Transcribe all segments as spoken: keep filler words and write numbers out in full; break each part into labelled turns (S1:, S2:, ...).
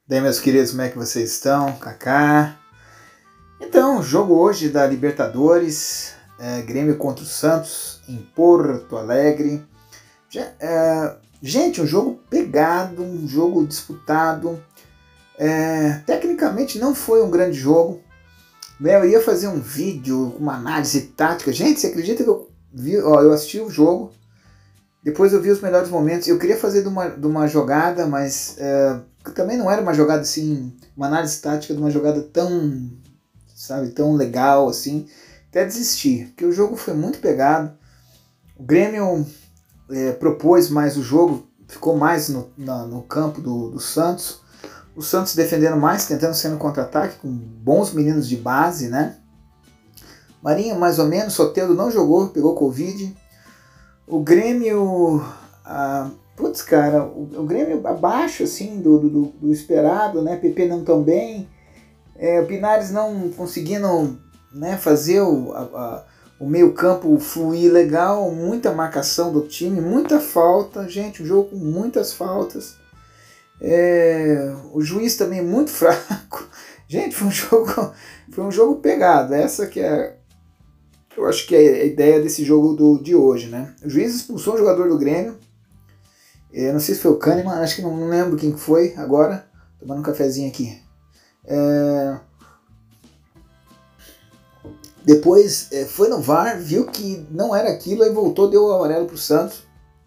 S1: Daí, meus queridos, como é que vocês estão? Kaká. Então, jogo hoje da Libertadores, é, Grêmio contra o Santos em Porto Alegre. Já, é, gente, um jogo pegado, um jogo disputado. É, tecnicamente não foi um grande jogo. Eu ia fazer um vídeo com uma análise tática. Gente, você acredita que eu vi, ó, eu assisti o jogo, depois eu vi os melhores momentos. Eu queria fazer de uma, de uma jogada, mas é, também não era uma jogada assim, uma análise tática de uma jogada tão, sabe, tão legal assim. Até desisti, porque o jogo foi muito pegado. O Grêmio é, propôs mais o jogo, ficou mais no, na, no campo do, do Santos. O Santos defendendo mais, tentando ser no contra-ataque, com bons meninos de base, né? Marinho mais ou menos, Soteldo não jogou, pegou Covid. O Grêmio, ah, putz, cara, o, o Grêmio abaixo, assim, do, do, do esperado, né? P P não tão bem. É, o Pinares não conseguindo, né, fazer o, a, a, o meio campo fluir legal, muita marcação do time, muita falta, gente, um jogo com muitas faltas. É, o juiz também muito fraco. Gente, foi um jogo, foi um jogo pegado. Essa que é, eu acho que é a ideia desse jogo do, de hoje, né? O juiz expulsou um jogador do Grêmio. Eu não sei se foi o Kahneman, acho que não, não lembro quem foi agora. Tomando um cafezinho aqui. É, depois é, foi no V A R, viu que não era aquilo, aí voltou, deu o amarelo pro Santos.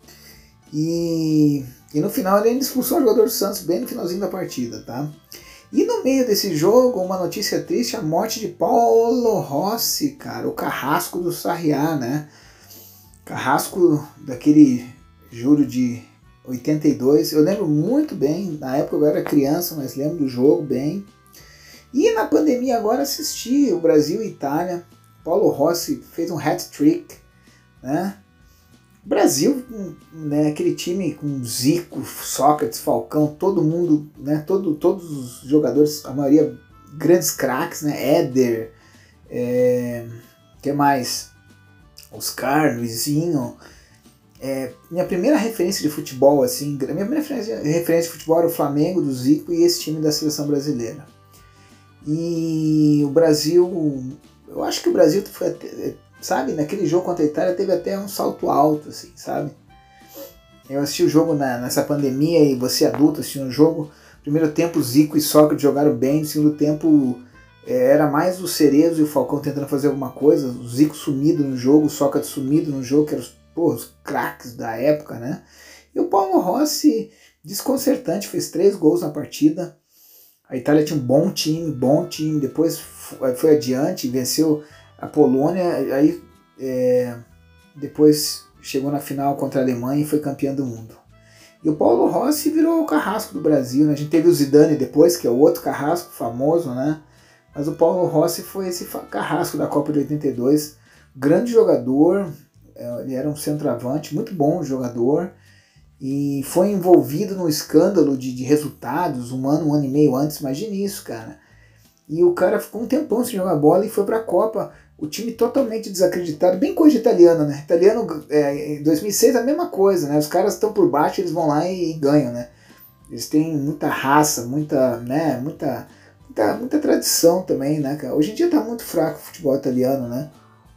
S1: E, e no final ele ainda expulsou o jogador do Santos bem no finalzinho da partida, tá? E no meio desse jogo, uma notícia triste, a morte de Paulo Rossi, cara, o carrasco do Sarriá, né? Carrasco daquele julho de oitenta e dois, eu lembro muito bem, na época eu era criança, mas lembro do jogo bem. E na pandemia agora assisti o Brasil e Itália, Paulo Rossi fez um hat-trick, né? Brasil, né, aquele time com Zico, Sócrates, Falcão, todo mundo, né, todo, todos os jogadores, a maioria grandes craques, né, Éder, é, que mais? Oscar, Luizinho. É, minha primeira referência de futebol, assim, minha primeira referência, referência de futebol era o Flamengo, do Zico e esse time da seleção brasileira. E o Brasil, eu acho que o Brasil foi até, sabe, naquele jogo contra a Itália teve até um salto alto, assim, sabe? Eu assisti o jogo na, nessa pandemia e você adulto assistindo o jogo. Primeiro tempo Zico e Sócrates jogaram bem, no segundo tempo é, era mais o Cerezo e o Falcão tentando fazer alguma coisa. O Zico sumido no jogo, o Sócrates sumido no jogo, que eram os, pô, os craques da época, né? E o Paulo Rossi, desconcertante, fez três gols na partida. A Itália tinha um bom time, bom time, depois foi adiante, venceu a Polônia, aí é, depois chegou na final contra a Alemanha e foi campeão do mundo. E o Paulo Rossi virou o carrasco do Brasil, né? A gente teve o Zidane depois, que é o outro carrasco famoso, né? Mas o Paulo Rossi foi esse carrasco da Copa de oitenta e dois, grande jogador, ele era um centroavante, muito bom jogador, e foi envolvido num escândalo de, de resultados um ano, um ano e meio antes, imagine isso, cara. E o cara ficou um tempão sem jogar bola e foi pra Copa, o time totalmente desacreditado, bem coisa de italiano, né? Italiano, é, em dois mil e seis a mesma coisa, né? Os caras estão por baixo, eles vão lá e, e ganham, né? Eles têm muita raça, muita, né? Muita, muita, muita tradição também, né, cara? Hoje em dia tá muito fraco o futebol italiano, né?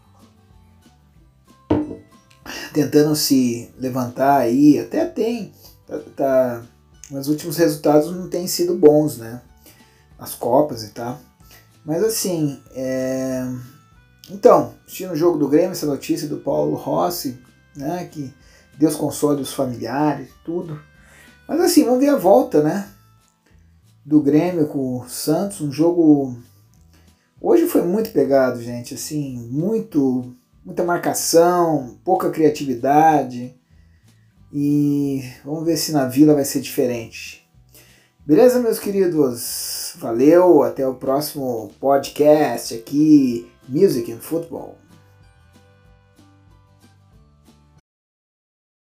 S1: Tentando se levantar aí, até tem, tá, tá, mas os últimos resultados não têm sido bons, né? As Copas e tal. Mas assim, é... então, assistindo o jogo do Grêmio, essa notícia do Paulo Rossi, né, que Deus console os familiares, tudo. Mas assim, vamos ver a volta, né, do Grêmio com o Santos, um jogo... Hoje foi muito pegado, gente, assim, muito, muita marcação, pouca criatividade, e vamos ver se na Vila vai ser diferente. Beleza, meus queridos? Valeu, até o próximo podcast aqui, Music and Football.